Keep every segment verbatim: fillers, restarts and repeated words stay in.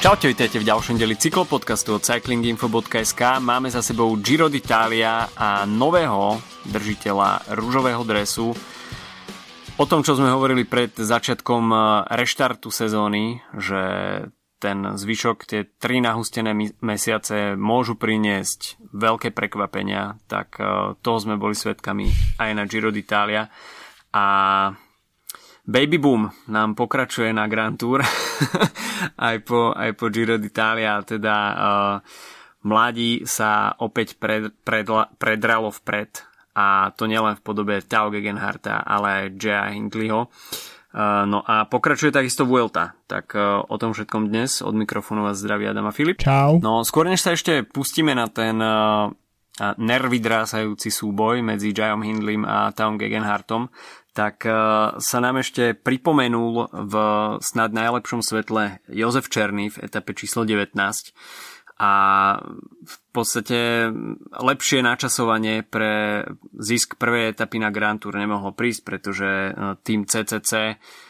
Čaute, vítajte v ďalšom dieli cyklopodcastu od cyclinginfo bodka es ká. Máme za sebou Giro d'Italia a nového držiteľa ružového dresu. O tom, čo sme hovorili pred začiatkom reštartu sezóny, že ten zvyšok, tie tri nahustené mesiace môžu priniesť veľké prekvapenia, tak toho sme boli svedkami aj na Giro d'Italia. A Baby Boom nám pokračuje na Grand Tour aj, po, aj po Giro d'Italia, teda uh, mladí sa opäť pred, predla, predralo vpred a to nielen v podobe Tao Gegenharta, ale aj Jaya Hindleyho. Uh, no a pokračuje takisto Vuelta, tak uh, o tom všetkom dnes od mikrofónu vás zdraví Adam a Filip. Čau. No skôr než sa ešte pustíme na ten uh, nervy drásajúci súboj medzi Jayom Hindleym a Taom Gegenhartom, tak sa nám ešte pripomenul v snad najlepšom svetle Jozef Černý v etape číslo devätnásť a v podstate lepšie načasovanie pre zisk prvej etapy na Grand Tour nemohlo prísť, pretože tým cé cé cé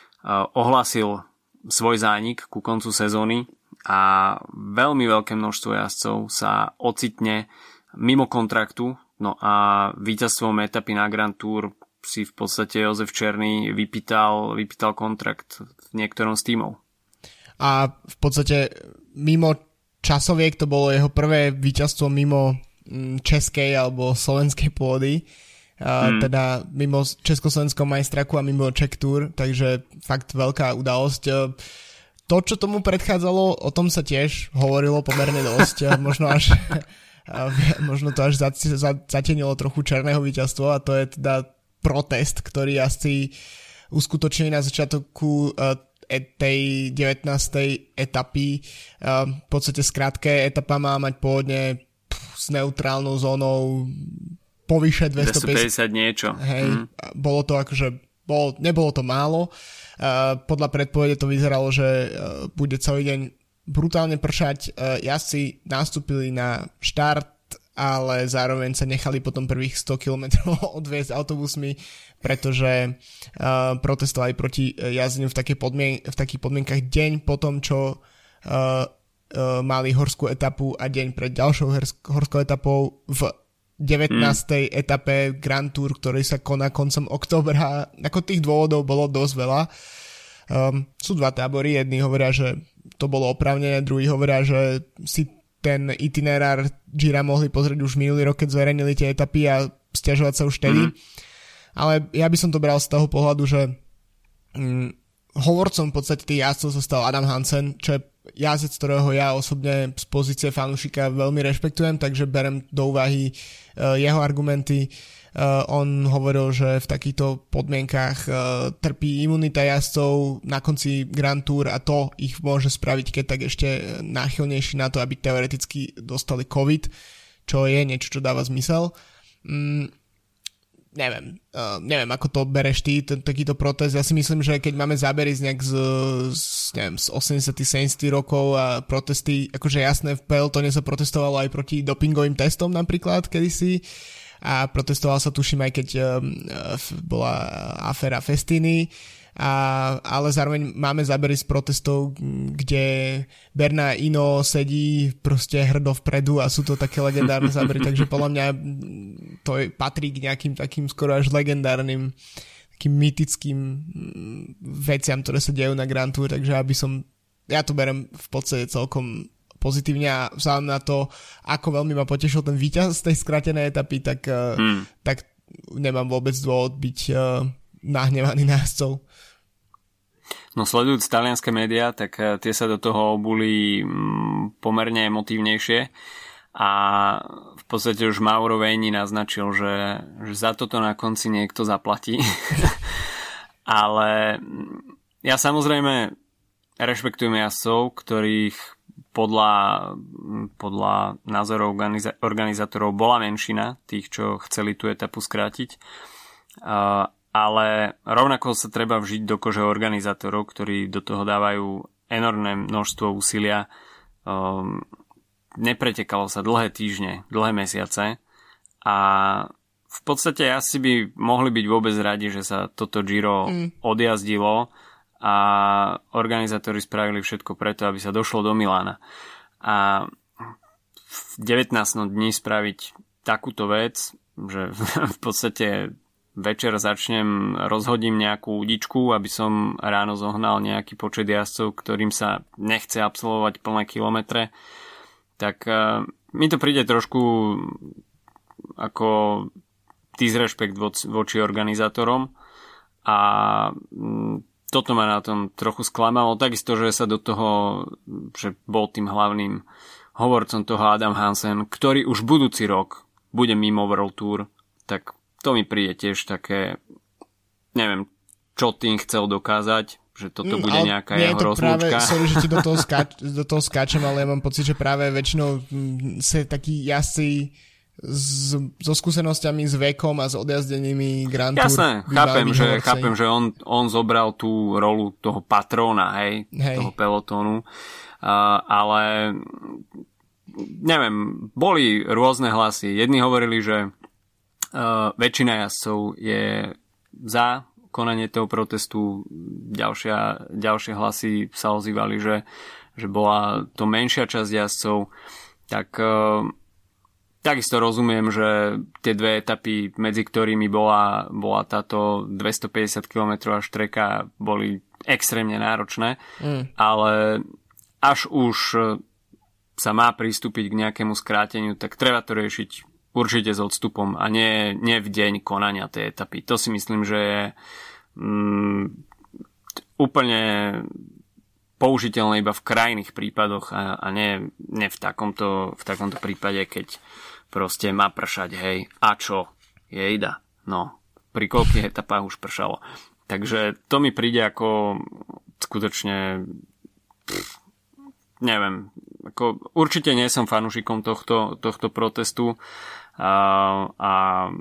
ohlásil svoj zánik ku koncu sezóny a veľmi veľké množstvo jazdcov sa ocitne mimo kontraktu, no a víťazstvom etapy na Grand Tour si v podstate Jozef Černý vypýtal, vypýtal kontrakt v niektorom z tímov. A v podstate mimo časoviek to bolo jeho prvé víťazstvo mimo českej alebo slovenskej pôdy, hmm. teda mimo československého majstraku a mimo Czech Tour, takže fakt veľká udalosť. To, čo tomu predchádzalo, o tom sa tiež hovorilo pomerne dosť, možno až možno to až zatienilo trochu Černého víťazstvo, a to je teda protest, ktorý asi uskutočnili na začiatku uh, tej devätnástej etapy. Uh, v podstate skrátke etapa má mať pôvodne pff, s neutrálnou zónou povyše dvestopäťdesiat, dvestopäťdesiat niečo. Hej, mm. Bolo to akože, bolo, nebolo to málo. Uh, podľa predpovede to vyzeralo, že uh, bude celý deň brutálne pršať. Uh, jazdci nastúpili na štart, ale zároveň sa nechali potom prvých sto kilometrov odviesť autobusmi, pretože uh, protestovali proti jazdeniu v, podmien- v takých podmienkach deň po tom, čo uh, uh, mali horskú etapu a deň pred ďalšou hers- horskou etapou v devätnástej mm. etape Grand Tour, ktorý sa koná koncom októbra. Ako tých dôvodov bolo dosť veľa. Um, sú dva tábory, jedni hovoria, že to bolo oprávnené, druhí hovoria, že si ten itinerár Gira mohli pozrieť už minulý rok, keď zverejnili tie etapy a sťažovať sa už vtedy. Mm. Ale ja by som to bral z toho pohľadu, že hm, hovorcom v podstate tých jazdcov sa stal Adam Hansen, čo je jazdec, ktorého ja osobne z pozície fanúšika veľmi rešpektujem, takže berem do úvahy uh, jeho argumenty. Uh, on hovoril, že v takýchto podmienkách uh, trpí imunita jazdcov na konci Grand Tour a to ich môže spraviť, keď tak ešte náchylnejší na to, aby teoreticky dostali COVID, čo je niečo, čo dáva zmysel. Mm, neviem, uh, neviem, ako to bereš ty, t- takýto protest. Ja si myslím, že keď máme zábery z nejak z, z, neviem, z osemdesiatych sedemdesiatych rokov a protesty, akože jasné, v pelotone sa protestovalo aj proti dopingovým testom napríklad kedysi, a protestoval sa, tuším, aj keď um, bola aféra Festiny, a, ale zároveň máme zábery z protestov, kde Bernard Hinault sedí proste hrdo vpredu a sú to také legendárne zábery, takže podľa mňa to je, patrí k nejakým takým skoro až legendárnym, takým mytickým veciam, ktoré sa dejú na Grand Tour, takže aby som, ja to berem v podstate celkom pozitívne a vzhľadom na to, ako veľmi ma potešil ten víťaz z tej skrátenej etapy, tak, hmm. tak nemám vôbec dôvod byť uh, nahnevaný na jazdcov. No sledujúc talianske médiá, tak tie sa do toho obuli mm, pomerne emotívnejšie a v podstate už Mauro Vejni naznačil, že, že za toto na konci niekto zaplatí. Ale ja samozrejme rešpektujem jazdcov, ktorých podľa, podľa názorov organiza- organizátorov bola menšina tých, čo chceli tú etapu skrátiť. Uh, ale rovnako sa treba vžiť do kože organizátorov, ktorí do toho dávajú enormné množstvo úsilia. Um, nepretekalo sa dlhé týždne, dlhé mesiace a v podstate asi by mohli byť vôbec radi, že sa toto Giro mm. odjazdilo a organizátori spravili všetko preto, aby sa došlo do Milána. A v devätnástom dni spraviť takúto vec, že v podstate večer začnem, rozhodím nejakú udičku, aby som ráno zohnal nejaký počet jazdcov, ktorým sa nechce absolvovať plné kilometre, tak uh, mi to príde trošku ako disrespekt vo- voči organizátorom a um, toto ma na tom trochu sklamalo. Takisto, že sa do toho, že bol tým hlavným hovorcom toho Adam Hansen, ktorý už budúci rok bude mimo World Tour, tak to mi príde tiež také, neviem, čo tým chcel dokázať, že toto mm, bude nejaká jeho rozlúčka. Sorry, že ti do toho, skáč, do toho skáčem, ale ja mám pocit, že práve väčšinou sa takí jazdci s, so skúsenosťami, s vekom a s odjazdenými Grand Tour. Jasné, chápem, že, chápem, že on, on zobral tú rolu toho patróna, hej, hej. toho pelotónu, uh, ale neviem, boli rôzne hlasy. Jedni hovorili, že uh, väčšina jazdcov je za konanie toho protestu, ďalšia, ďalšie hlasy sa ozývali, že, že bola to menšia časť jazdcov, tak uh, takisto rozumiem, že tie dve etapy, medzi ktorými bola, bola táto dvestopäťdesiat kilometrová štreka, boli extrémne náročné, mm. ale až už sa má pristúpiť k nejakému skráteniu, tak treba to riešiť určite s odstupom a nie, nie v deň konania tej etapy. To si myslím, že je mm, úplne použiteľné iba v krajných prípadoch a, a nie, nie v, takomto, v takomto prípade, keď proste má pršať, hej, a čo? Jejda. No, pri koľkých etapách už pršalo. Takže to mi príde ako skutočne pff, neviem, ako určite nie som fanúšikom tohto, tohto protestu a, a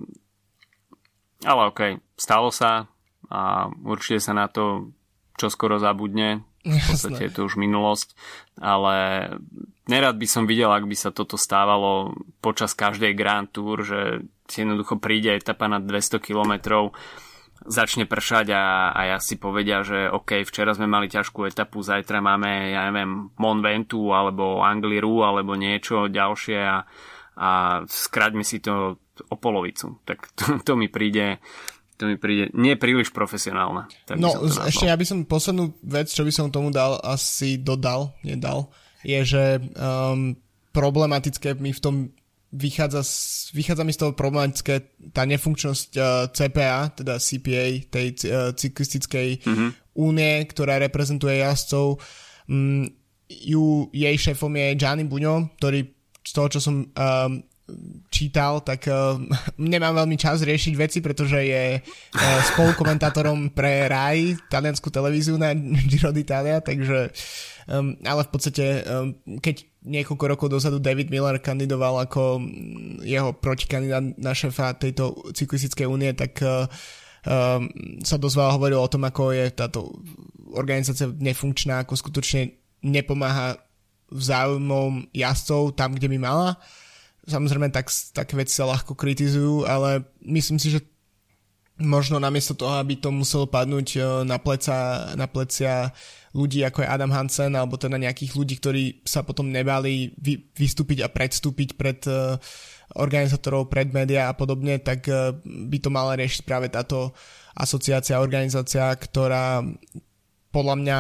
ale okej, okay, stalo sa a určite sa na to čoskoro zabudne. V podstate je to už minulosť, ale nerad by som videl, ak by sa toto stávalo počas každej Grand Tour, že si jednoducho príde etapa na dvesto kilometrov, začne pršať a, a ja si povedia, že OK, včera sme mali ťažkú etapu, zajtra máme, ja neviem, Mont Ventoux alebo Angliru alebo niečo ďalšie a, a skráťme si to o polovicu. Tak to, to mi príde to mi príde nie príliš profesionálne. Tak no, ešte ja by som poslednú vec, čo by som tomu dal, asi dodal, nedal, je, že um, problematické mi v tom vychádza, z, vychádza mi z toho problematické tá nefunkčnosť uh, C P A, teda C P A, tej uh, cyklistickej mm-hmm. únie, ktorá reprezentuje jazdcov. Um, ju, jej šéfom je Gianni Bugno, ktorý z toho, čo som um, čítal, tak uh, nemám veľmi čas riešiť veci, pretože je uh, spolukomentátorom pre Rai, taliansku televíziu na Giro d'Italia, takže um, ale v podstate um, keď niekoľko rokov dozadu David Miller kandidoval ako jeho protikandidát na šéfa tejto cyklistickej únie, tak uh, um, sa dosť veľa hovorilo o tom, ako je táto organizácia nefunkčná, ako skutočne nepomáha vzájomom jazdcov tam, kde by mala. Samozrejme, tak, také veci sa ľahko kritizujú, ale myslím si, že možno namiesto toho, aby to muselo padnúť na pleca, na plecia ľudí ako je Adam Hansen, alebo teda nejakých ľudí, ktorí sa potom nebali vy, vystúpiť a predstúpiť pred uh, organizátorov, pred médiá a podobne, tak uh, by to mala riešiť práve táto asociácia, organizácia, ktorá podľa mňa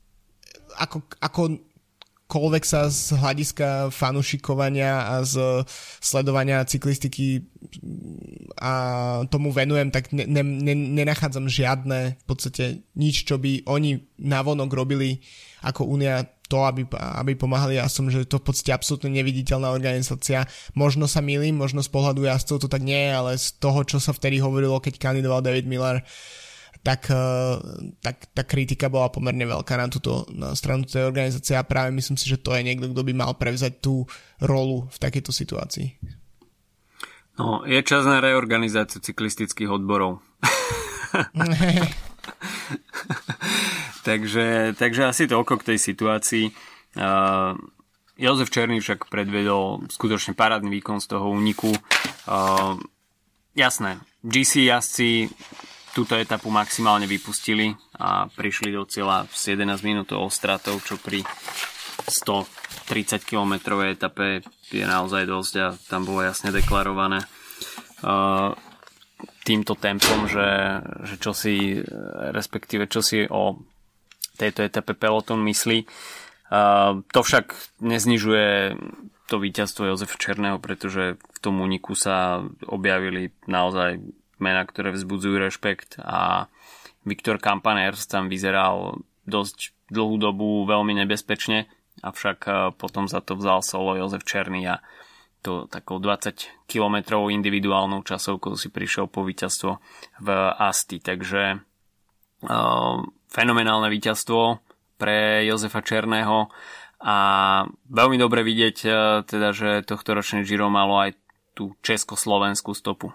ako, ako koľvek sa z hľadiska fanúšikovania a z sledovania cyklistiky a tomu venujem, tak ne, ne, ne, nenachádzam žiadne v podstate nič, čo by oni navonok robili ako únia to, aby, aby pomáhali jazdcom, že to v podstate absolútne neviditeľná organizácia. Možno sa mýlim, možno z pohľadu jazdcov to tak nie je, ale z toho, čo sa vtedy hovorilo, keď kandidoval David Miller, tak, tak tá kritika bola pomerne veľká na túto na stranu tej organizácie a práve myslím si, že to je niekto, kto by mal prevzať tú rolu v takejto situácii. No, je čas na reorganizáciu cyklistických odborov. takže, takže asi toľko k tej situácii. Uh, Jozef Černý však predvedol skutočne parádny výkon z toho úniku. Uh, jasné, gé cé jazdci tu túto etapu maximálne vypustili a prišli do cieľa s jedenásť minútovou stratou, čo pri stotridsať kilometrovej etape je naozaj dosť a tam bolo jasne deklarované uh, týmto tempom, že, že čo si, respektíve čo si o tejto etape peloton myslí. Uh, to však neznižuje to víťazstvo Jozefa Černého, pretože v tom úniku sa objavili naozaj mená, ktoré vzbudzujú rešpekt a Viktor Campaners tam vyzeral dosť dlhú dobu veľmi nebezpečne, avšak potom za to vzal solo Jozef Černý a to takou dvadsať kilometrovou individuálnou časovkou si prišiel po víťazstvo v Asti, takže uh, fenomenálne víťazstvo pre Jozefa Černého a veľmi dobre vidieť teda, že tohto ročné Giro malo aj tú československú stopu.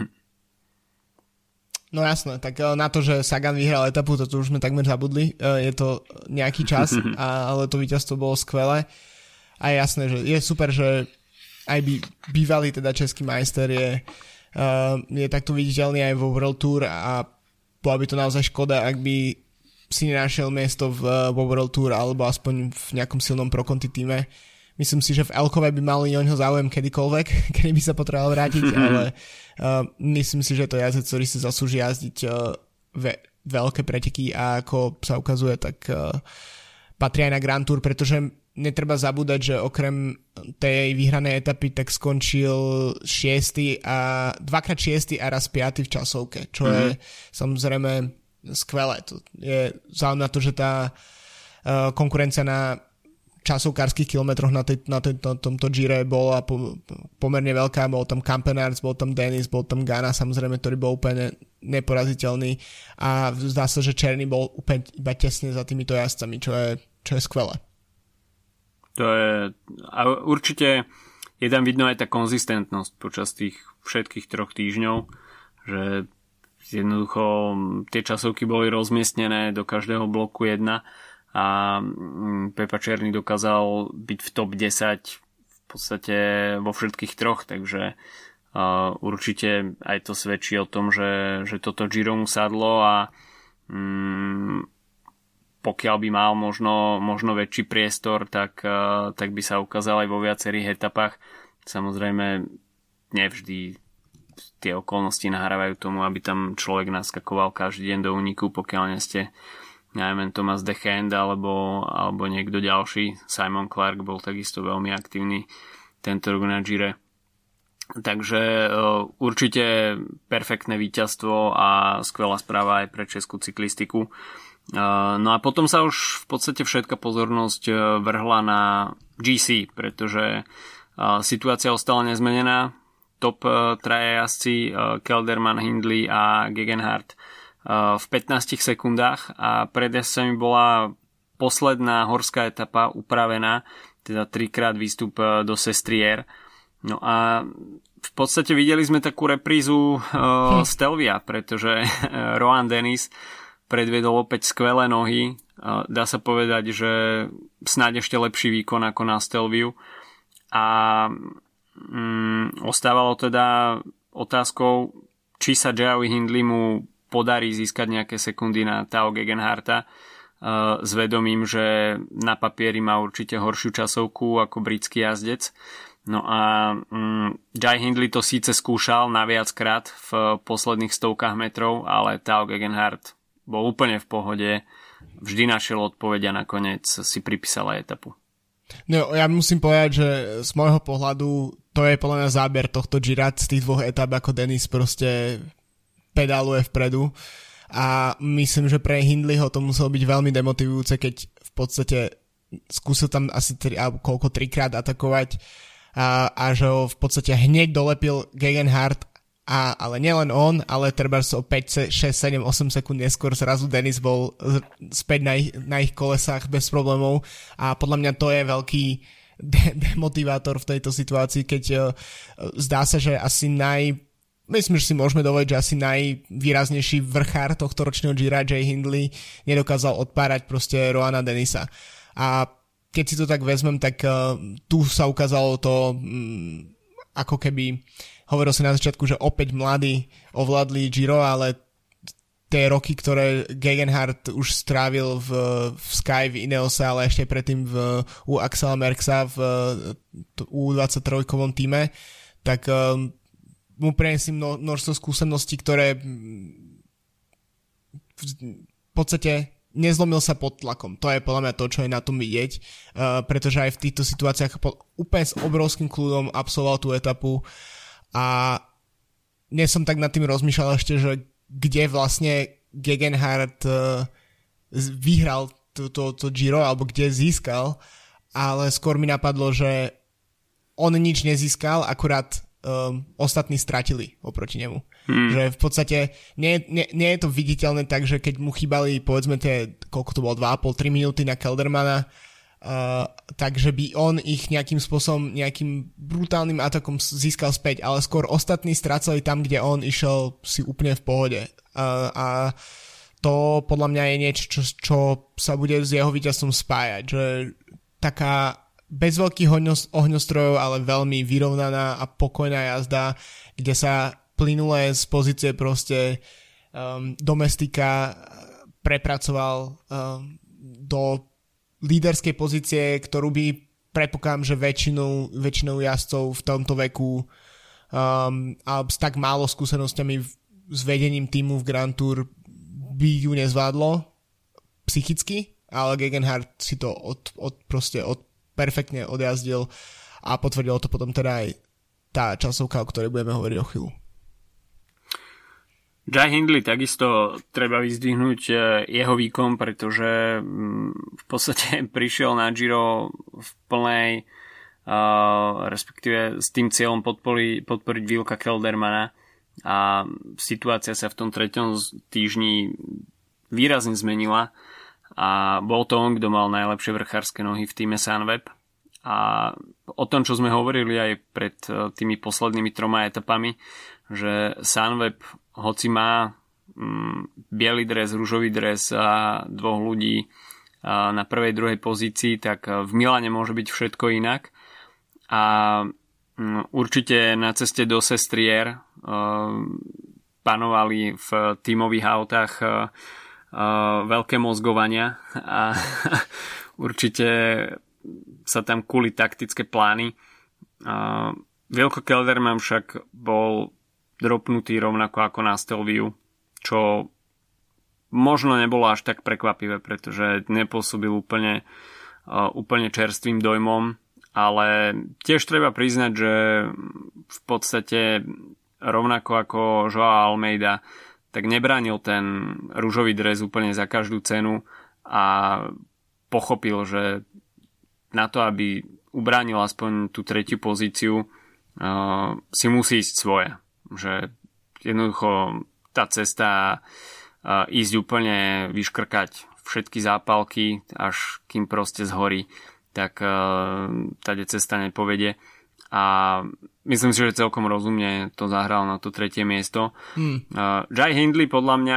No jasné, tak na to, že Sagan vyhral etapu, toto už sme takmer zabudli, je to nejaký čas, ale to víťazstvo bolo skvelé a je jasné, že je super, že aj by, bývalý teda český majster je, je takto viditeľný aj vo World Tour a bola by to naozaj škoda, ak by si nenašiel miesto v, vo World Tour alebo aspoň v nejakom silnom pro Conti týme. Myslím si, že v Elkove by mali o ňoho záujem kedykoľvek, kedy by sa potreboval vrátiť, ale uh, myslím si, že to je jazdec, ktorý si zaslúži jazdiť uh, ve- veľké preteky a ako sa ukazuje, tak uh, patrí aj na Grand Tour, pretože netreba zabúdať, že okrem tej vyhranej etapy tak skončil šiesty a dvakrát šiesty a raz piaty v časovke, čo mm-hmm. je samozrejme skvelé. To je záujem na to, že tá uh, konkurencia na časovkárskych kilometroch na, tej, na, tej, na tomto Gire bola po, pomerne veľká. Bol tam Campenards, bol tam Dennis, bol tam Ganna, samozrejme, ktorý bol úplne neporaziteľný a zdá sa, že Černý bol úplne iba tesne za týmito jazdcami, čo je, čo je skvelé. To je, a určite je tam vidno aj tá konzistentnosť počas tých všetkých troch týždňov, že jednoducho tie časovky boli rozmiestnené do každého bloku jedna a Pepa Černý dokázal byť v top desať v podstate vo všetkých troch, takže uh, určite aj to svedčí o tom, že, že toto Giro mu sadlo a um, pokiaľ by mal možno, možno väčší priestor, tak, uh, tak by sa ukázal aj vo viacerých etapách. Samozrejme nevždy tie okolnosti nahrávajú tomu, aby tam človek naskakoval každý deň do úniku, pokiaľ nie ste neviem, Thomas de Gent alebo, alebo niekto ďalší. Simon Clark bol takisto veľmi aktívny tento rok na Gire. Takže uh, určite perfektné víťazstvo a skvelá správa aj pre českú cyklistiku. Uh, no a potom sa už v podstate všetká pozornosť uh, vrhla na G C, pretože uh, situácia ostala nezmenená. Top uh, traja jazdci uh, Kelderman, Hindley a Gegenhardt uh, v pätnástich sekundách a pred jazdcami bola posledná horská etapa upravená, teda trikrát výstup uh, do Sestriere. No a v podstate videli sme takú reprízu uh, hm. Stelvia, pretože uh, Rohan Dennis predviedol opäť skvelé nohy. Uh, dá sa povedať, že snáď ešte lepší výkon ako na Stelviu. A um, ostávalo teda otázkou, či sa Joey Hindley mu podarí získať nejaké sekundy na Tao Gegenhardta uh, s vedomím, že na papieri má určite horšiu časovku ako britský jazdec. No a um, Jai Hindley to síce skúšal na viackrát v posledných stovkách metrov, ale Tao Gegenhardt bol úplne v pohode, vždy našiel odpoveď a nakoniec si pripísal aj etapu. No, ja musím povedať, že z môjho pohľadu to je podľa mňa záber tohto Gira z tých dvoch etap, ako Dennis proste pedáluje vpredu a myslím, že pre Hindleyho to muselo byť veľmi demotivujúce, keď v podstate skúsil tam asi tri, alebo koľko trikrát atakovať a, a že ho v podstate hneď dolepil Gegenhardt, a, ale nielen on, ale treba o päť, šesť, sedem, osem sekúnd neskôr zrazu Dennis bol späť na ich, na ich kolesách bez problémov a podľa mňa to je veľký de- demotivátor v tejto situácii, keď uh, zdá sa, že asi naj myslím, že si môžeme dovoliť, že asi najvýraznejší vrchár tohto ročného Gira, Jai Hindley, nedokázal odpárať proste Rohana Dennisa. A keď si to tak vezmem, tak uh, tu sa ukázalo to um, ako keby hovoril si na začiatku, že opäť mladí ovládli Giro, ale tie roky, ktoré Gegenhardt už strávil v, v Sky, v Ineose, ale ešte predtým v, u Axela Merckxa v U dvadsaťtrojkovom týme, tak um, mu prenesím mno, množstvo skúseností, ktoré v podstate nezlomil sa pod tlakom. To je podľa mňa to, čo je na tom vidieť, uh, pretože aj v týchto situáciách pod, úplne s obrovským kľudom absolvoval tú etapu a nie som tak nad tým rozmýšľal ešte, že kde vlastne Gegenhardt uh, vyhral to, to, to Giro, alebo kde získal, ale skôr mi napadlo, že on nič nezískal, akurát um, ostatní stratili oproti nemu. Hmm. Že v podstate nie, nie, nie je to viditeľné tak, že keď mu chýbali povedzme tie, koľko to bolo, dva a pol tri minúty na Keldermana, uh, takže by on ich nejakým spôsobom, nejakým brutálnym atakom získal späť, ale skôr ostatní strácali tam, kde on išiel si úplne v pohode. Uh, a to podľa mňa je niečo, čo, čo sa bude s jeho víťazstvom spájať, že taká bez veľkých ohňostrojov, ale veľmi vyrovnaná a pokojná jazda, kde sa plynule z pozície proste um, domestika prepracoval um, do líderskej pozície, ktorú by predpokladám, že väčšinou, väčšinou jazdcov v tomto veku um, a s tak málo skúsenosťami v, s vedením týmu v Grand Tour by ju nezvládlo psychicky, ale Gegenhardt si to od, od, proste od, perfektne odjazdil a potvrdilo to potom teda aj tá časovka, o ktorej budeme hovoriť o chvíľu. Jai Hindley takisto treba vyzdvihnúť jeho výkon, pretože v podstate prišiel na Giro v plnej uh, respektíve s tým cieľom podpori, podporiť Wilka Keldermana a situácia sa v tom treťom týždni výrazne zmenila a bol to on, kto mal najlepšie vrchárske nohy v týme Sunweb a o tom, čo sme hovorili aj pred tými poslednými troma etapami, že Sunweb hoci má mm, biely dres, ružový dres a dvoch ľudí a na prvej, druhej pozícii, tak v Milane môže byť všetko inak a mm, určite na ceste do Sestrier uh, panovali v tímových autách uh, uh, veľké mozgovania a určite sa tam kuli taktické plány. Uh, Wilco Kelderman však bol dropnutý rovnako ako na Stelviu, čo možno nebolo až tak prekvapivé, pretože nepôsobil úplne, uh, úplne čerstvým dojmom, ale tiež treba priznať, že v podstate rovnako ako Joao Almeida, tak nebránil ten ružový dres úplne za každú cenu a pochopil, že na to, aby ubránil aspoň tú tretiu pozíciu, uh, si musí ísť svoje. Že jednoducho tá cesta uh, ísť úplne vyškrkať všetky zápalky, až kým proste zhorí, tak uh, táde cesta nepovedie. A myslím si, že celkom rozumne to zahral na to tretie miesto. Hmm. Uh, Jai Hindley podľa mňa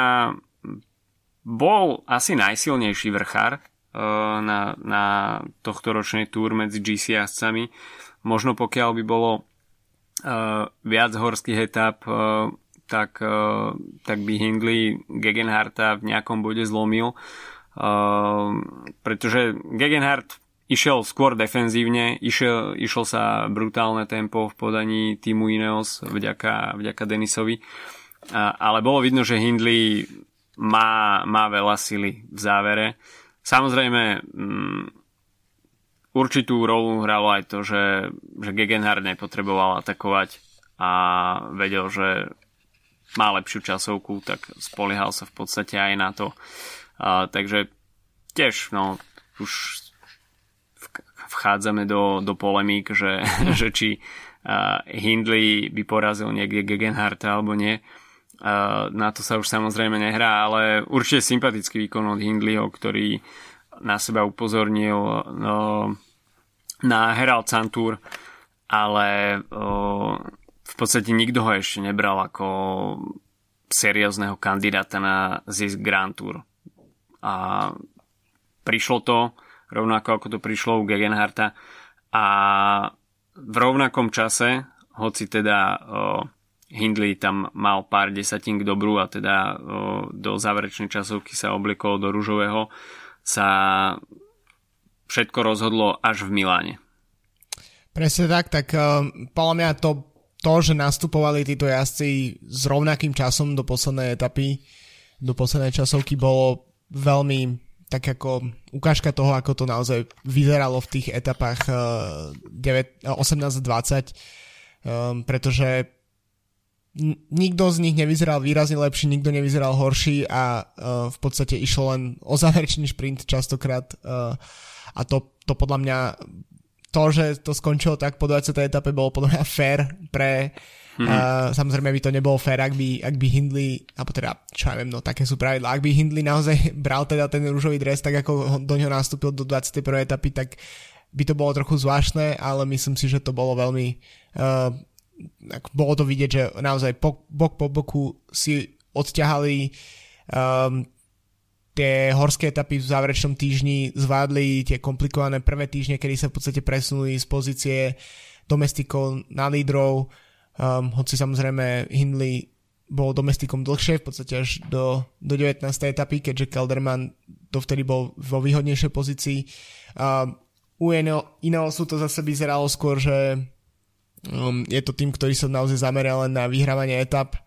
bol asi najsilnejší vrchár uh, na, na tohto ročnej túr medzi gé cé jazdcami. Možno pokiaľ by bolo Uh, viac horských etap, uh, tak, uh, tak by Hindley Gegenhardta v nejakom bode zlomil, uh, pretože Gegenhardt išiel skôr defenzívne, išiel, išiel sa brutálne tempo v podaní týmu Ineos vďaka, vďaka Denisovi, uh, ale bolo vidno, že Hindley má, má veľa sily v závere. Samozrejme um, určitú rolu hralo aj to, že, že Gegenhardt nepotreboval atakovať a vedel, že má lepšiu časovku, tak spoliehal sa v podstate aj na to. A, takže tiež no, už vchádzame do, do polemík, že, že či a, Hindley by porazil niekde Gegenhardta alebo nie. A, na to sa už samozrejme nehrá, ale určite sympatický výkon od Hindleyho, ktorý na seba upozornil no, na Herald Sun Tour, ale o, v podstate nikto ho ešte nebral ako seriózneho kandidáta na zisk Grand Tour. A prišlo to rovnako ako to prišlo u Gegenhardta a v rovnakom čase, hoci teda o, Hindley tam mal pár desatín k dobru a teda do záverečnej časovky sa obliekol do ružového, sa všetko rozhodlo až v Miláne. Presne tak, tak podľa mňa to, to, že nastupovali títo jazdci s rovnakým časom do poslednej etapy, do poslednej časovky, bolo veľmi tak ako ukážka toho, ako to naozaj vyzeralo v tých etapách osemnásť dvadsať, um, pretože nikto z nich nevyzeral výrazne lepší, nikto nevyzeral horší a uh, v podstate išlo len o záverečný šprint častokrát uh, a to, to podľa mňa to, že to skončilo tak po dvadsiatej etape bolo podľa mňa fair pre mm-hmm. uh, samozrejme by to nebolo fair, ak by, ak by Hindley, alebo teda čo ja viem, no také sú pravidlá, ak by Hindley naozaj bral teda ten ružový dres tak ako do ňoho nastúpil do dvadsiatej prvej etapy, tak by to bolo trochu zvláštne, ale myslím si, že to bolo veľmi uh, bolo to vidieť, že naozaj bok, bok po boku si odťahali um, tie horské etapy v záverečnom týždni, zvládli tie komplikované prvé týždne, kedy sa v podstate presunuli z pozície domestikov na lídrov, um, hoci samozrejme Hindley bol domestikom dlhšie, v podstate až do, do devätnástej etapy, keďže Kelderman dovtedy bol vo výhodnejšej pozícii. Um, u Ineosu to zase vyzeralo skôr, že Um, je to tým, ktorý sa naozaj zameral len na vyhrávanie etap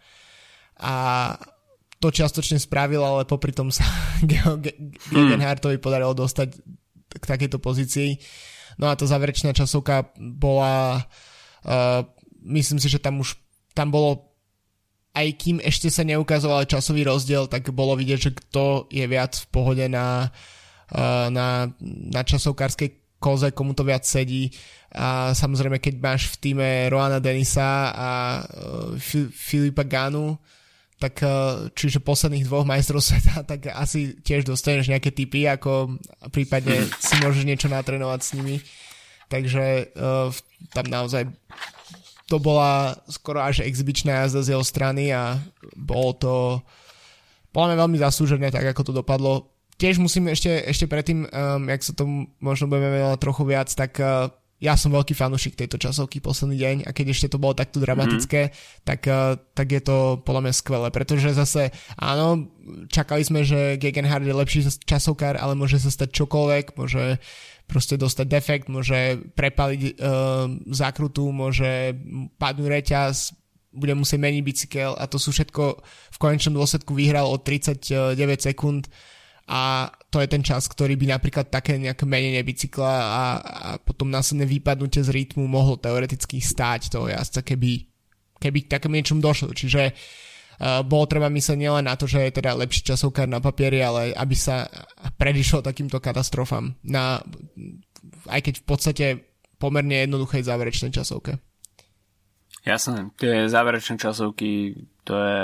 a to čiastočne spravil, ale popri tom sa Gegenhartovi podarilo dostať k takejto pozícii. No a tá záverečná časovka bola uh, myslím si, že tam už tam bolo, aj kým ešte sa neukazoval časový rozdiel, tak bolo vidieť, že kto je viac v pohode na, uh, na, na časovkárskej koze, komu to viac sedí. A samozrejme, keď máš v týme Roana Denisa a uh, Filipa Ganu, tak uh, čiže posledných dvoch majstrov sveta, tak asi tiež dostaneš nejaké tipy, ako prípadne si môžeš niečo natrénovať s nimi. Takže uh, tam naozaj to bola skoro až exibičná jazda z jeho strany a bolo to podľa mňa veľmi zaslúžené, tak ako to dopadlo. Tiež musím ešte, ešte predtým, um, jak sa tomu možno budeme venovať trochu viac, tak uh, ja som veľký fanúšik tejto časovky posledný deň a keď ešte to bolo takto dramatické, mm-hmm. tak, uh, tak je to podľa mňa skvelé, pretože zase áno, čakali sme, že Gegenhardt je lepší časovkár, ale môže sa stať čokoľvek, môže proste dostať defekt, môže prepaliť uh, zákrutu, môže padnúť reťaz, bude musieť meniť bicykel a to sú všetko v konečnom dôsledku vyhral o tridsaťdeväť sekúnd. A to je ten čas, ktorý by napríklad také nejaké menenie bicykla a, a potom následné vypadnutie z rytmu mohlo teoreticky stáť toho jazdca, keby, keby k takému niečom došlo. Čiže uh, bolo treba myslieť nielen na to, že je teda lepší časovkár na papieri, ale aby sa predišlo takýmto katastrofám, na, aj keď v podstate pomerne jednoduchej záverečnej časovke. Jasné, tie záverečné časovky, to je...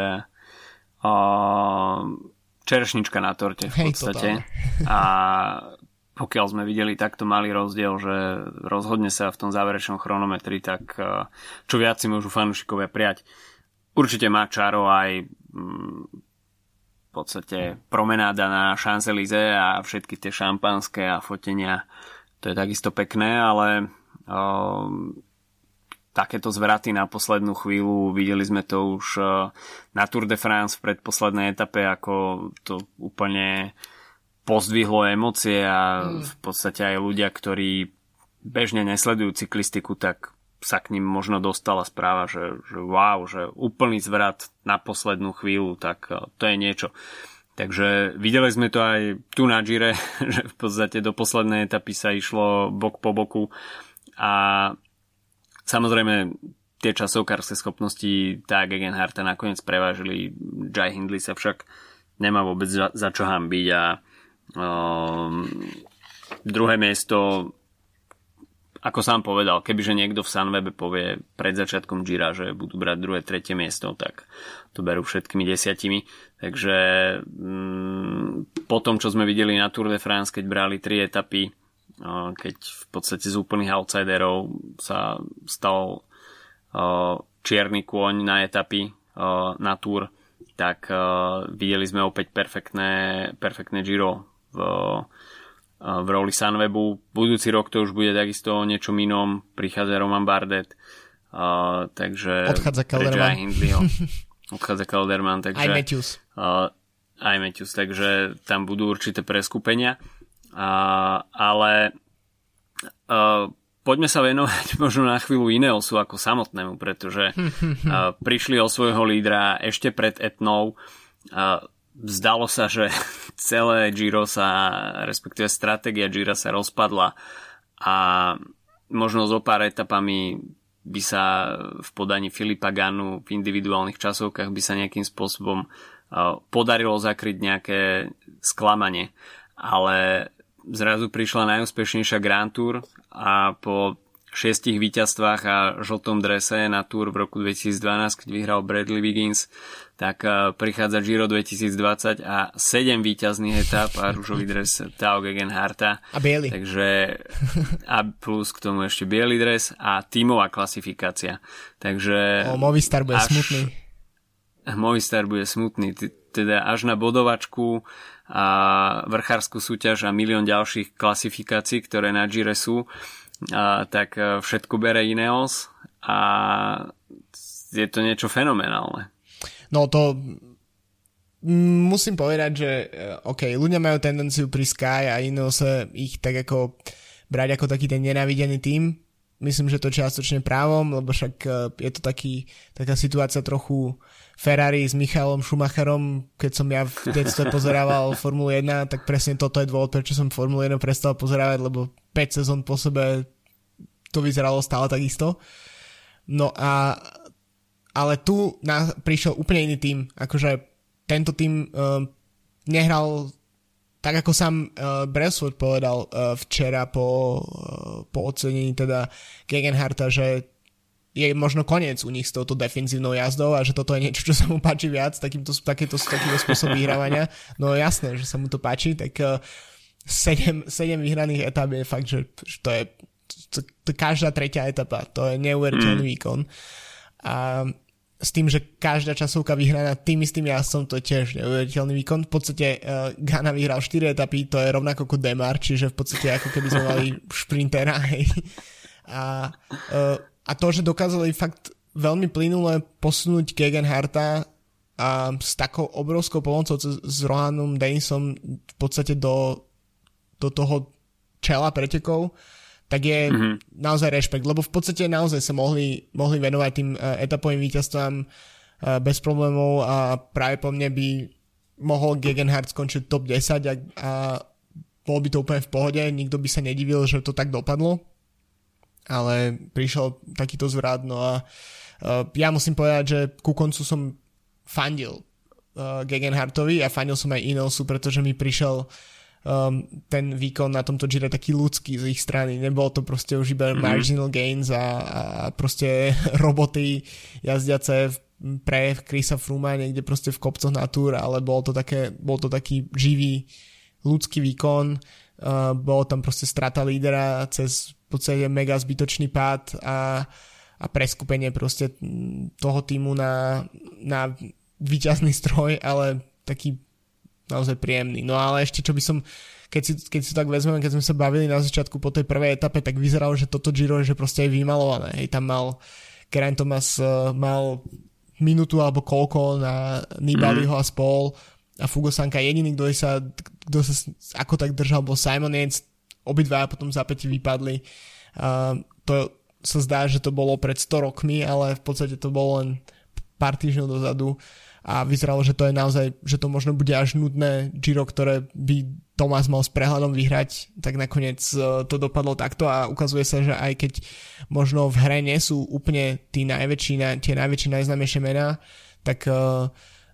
Uh... čerešnička na torte v podstate. Hej, a pokiaľ sme videli takto malý rozdiel, že rozhodne sa v tom záverečnom chronometri, tak čo viac si môžu fanúšikovia prijať. Určite má čaro aj v podstate promenáda na Champs-Élysées a všetky tie šampanské a fotenia. To je takisto pekné, ale um, takéto zvraty na poslednú chvíľu, videli sme to už na Tour de France v predposlednej etape, ako to úplne pozdvihlo emócie a v podstate aj ľudia, ktorí bežne nesledujú cyklistiku, tak sa k ním možno dostala správa, že, že wow, že úplný zvrat na poslednú chvíľu, tak to je niečo. Takže videli sme to aj tu na Gire, že v podstate do poslednej etapy sa išlo bok po boku a samozrejme, tie časovkárske schopnosti tá Gegenhardta nakoniec prevážili. Jai Hindley sa však nemá vôbec za, za čo hanbiť a um, druhé miesto, ako sám povedal, kebyže niekto v Sunwebe povie pred začiatkom Gira, že budú brať druhé, tretie miesto, tak to berú všetkými desiatimi. Takže um, po tom, čo sme videli na Tour de France, keď brali tri etapy, keď v podstate z úplných outsiderov sa stal čierny kôň na etapy na Tour, tak videli sme opäť perfektné, perfektné Giro v, v roli Sunwebu. Budúci rok to už bude takisto o niečom inom, prichádza Romain Bardet, Uh, takže odchádza Kelderman. odchádza Kelderman, takže aj Matthews. Uh, aj Matthews, takže tam budú určité preskupenia. Uh, ale uh, poďme sa venovať možno na chvíľu Ineosu ako samotnému, pretože uh, prišli o svojho lídra ešte pred Etnou. Uh, zdalo sa, že celé Giro sa, respektíve stratégia Gira sa rozpadla a možno zo pár etapami by sa v podaní Filipa Gannu v individuálnych časovkách by sa nejakým spôsobom uh, podarilo zakryť nejaké sklamanie. Ale zrazu prišla najúspešnejšia Grand Tour a po šiestich víťazstvách a žltom drese na Tour v roku dvetisícdvanásť, keď vyhral Bradley Wiggins, tak prichádza Giro dvetisícdvadsať a sedem víťazných etap a ružový dres Tao Gegenharta. A biely. Takže, a plus k tomu ešte biely dres a tímová klasifikácia. Takže o, Movistar bude až, smutný. Movistar bude smutný. Teda až na bodovačku a vrchárskú súťaž a milión ďalších klasifikácií, ktoré na Gire sú, a, tak všetko bere Ineos a je to niečo fenomenálne. No to musím povedať, že ok, ľudia majú tendenciu pri Sky a Ineos ich tak ako brať ako taký ten nenávidený tím. Myslím, že to čiastočne právom, lebo však je to taký, taká situácia trochu Ferrari s Michaelom Schumacherom. Keď som ja v detstve pozerával Formulu jeden, tak presne toto je dôvod, prečo som Formulu jeden prestal pozerávať, lebo päť sezón po sebe to vyzeralo stále takisto. No a ale tu na, prišiel úplne iný tím. Akože tento tím uh, nehral tak, ako sám uh, Brailsford povedal uh, včera po, uh, po ocenení teda Gegenharta, že je možno koniec u nich s touto defenzívnou jazdou a že toto je niečo, čo sa mu páči viac, takýmto, takýto, takýto spôsob vyhrávania. No jasné, že sa mu to páči, tak uh, sedem, sedem vyhraných etap je fakt, že, že to je to, to každá tretia etapa, to je neuveriteľný mm. výkon. A s tým, že každá časovka vyhraná tým istým jazdcom, to je tiež neuveriteľný výkon. V podstate uh, Ganna vyhral štyri etapy, to je rovnako ako Demar, čiže v podstate ako keby sme mali šprintera. a, uh, a to, že dokázali fakt veľmi plynule posunúť Gegenharta a s takou obrovskou pomocou s Rohanom Dennisom v podstate do, do toho čela pretekov, tak je mm-hmm. naozaj rešpekt, lebo v podstate naozaj sa mohli, mohli venovať tým uh, etapovým víťazstvám uh, bez problémov a práve po mne by mohol Gegenhart skončiť top desať a, a bolo by to úplne v pohode, nikto by sa nedivil, že to tak dopadlo, ale prišiel takýto zvrat, no a uh, ja musím povedať, že ku koncu som fandil uh, Gegenhartovi a fandil som aj Ineosu, pretože mi prišiel Um, ten výkon na tomto Gire taký ľudský z ich strany. Nebolo to proste už iba mm-hmm. marginal gains a, a proste roboty jazdiace pre Chrisa Frooma niekde proste v kopcoch na Tour, ale bol to, také, bol to taký živý ľudský výkon. Uh, bolo tam proste strata lídera cez v podstate mega zbytočný pád a, a preskupenie proste toho týmu na, na víťazný stroj, ale taký naozaj príjemný. No ale ešte čo by som, keď si, keď si tak vezmeme, keď sme sa bavili na začiatku po tej prvej etape, tak vyzeralo, že toto Giro je že proste je vymalované. Hej, tam mal Geraint Thomas uh, mal minútu alebo koľko na Nibaliho mm. a spol a Fuglsanka jediný, kto sa, kto sa ako tak držal, bol Simon Yates, obidvaja potom v zápäti vypadli. Uh, to sa zdá, že to bolo pred sto rokmi, ale v podstate to bolo len pár týždňov dozadu. A vyzeralo, že to je naozaj, že to možno bude až nudné Giro, ktoré by Thomas mal s prehľadom vyhrať, tak nakoniec to dopadlo takto a ukazuje sa, že aj keď možno v hre nie sú úplne tí najväčší, tie najväčšie, najznámejšie mená, tak uh,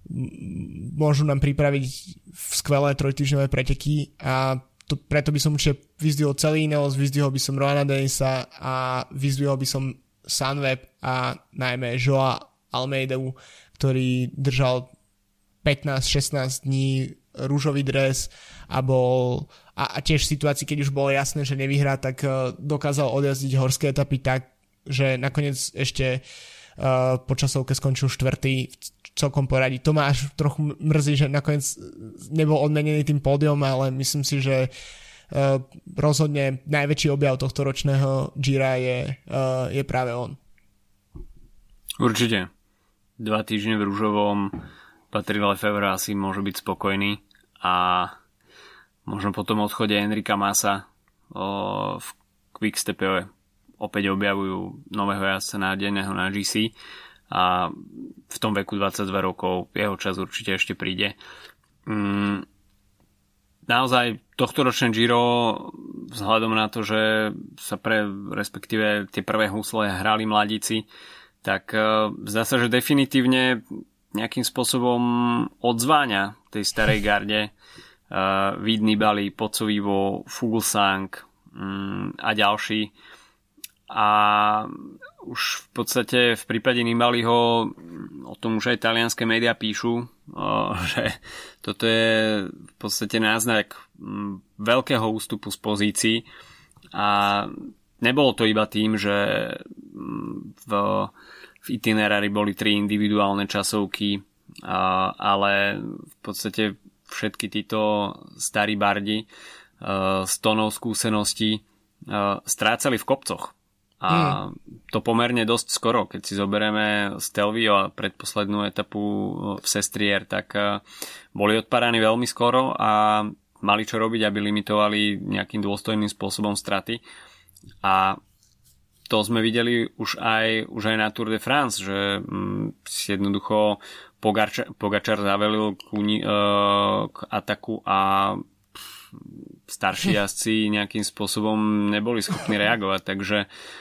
môžu nám pripraviť skvelé trojtýždňové preteky a to, preto by som určite vyzdvihol celý Ineos, vyzdvihol by som Rohana Dennisa a vyzdvihol by som Sunweb a najmä Joa Almeidu, ktorý držal pätnásť šestnásť dní rúžový dres a bol a, a tiež v situácii, keď už bolo jasné, že nevyhrá, tak uh, dokázal odjazdiť horské etapy tak, že nakoniec ešte uh, po časovke skončil štvrtý v celkom poradí. To ma až trochu mrzí, že nakoniec nebol odmenený tým pódium, ale myslím si, že uh, rozhodne najväčší objav tohto ročného Gira je, uh, je práve on. Určite. Dva týždne v Ružovom, Patrick Lefevre asi môže byť spokojný a možno po tom odchode Enrika Masa o, v Quickstepe opäť objavujú nového jazdca nádeného na gé cé a v tom veku dvadsaťdva rokov jeho čas určite ešte príde. Mm, naozaj tohtoročné Giro vzhľadom na to, že sa pre respektíve tie prvé husle hrali mladíci, tak uh, zdá sa, že definitívne nejakým spôsobom odzváňa tej starej garde uh, Vít Nibali, Pozzovivo, Fuglsang um, a ďalší. A už v podstate v prípade Nibaliho o tom už aj talianske médiá píšu, uh, že toto je v podstate náznak um, veľkého ústupu z pozícií a nebolo to iba tým, že um, v V itinerári boli tri individuálne časovky, ale v podstate všetky títo starí bardi s tónou skúseností strácali v kopcoch. A to pomerne dosť skoro. Keď si zoberieme Stelvio a predposlednú etapu v Sestriere, tak boli odparaní veľmi skoro a mali čo robiť, aby limitovali nejakým dôstojným spôsobom straty. A to sme videli už aj, už aj na Tour de France, že hm, jednoducho Pogačar, Pogačar zavelil k, uh, k ataku a pff, starší jazdci nejakým spôsobom neboli schopní reagovať, takže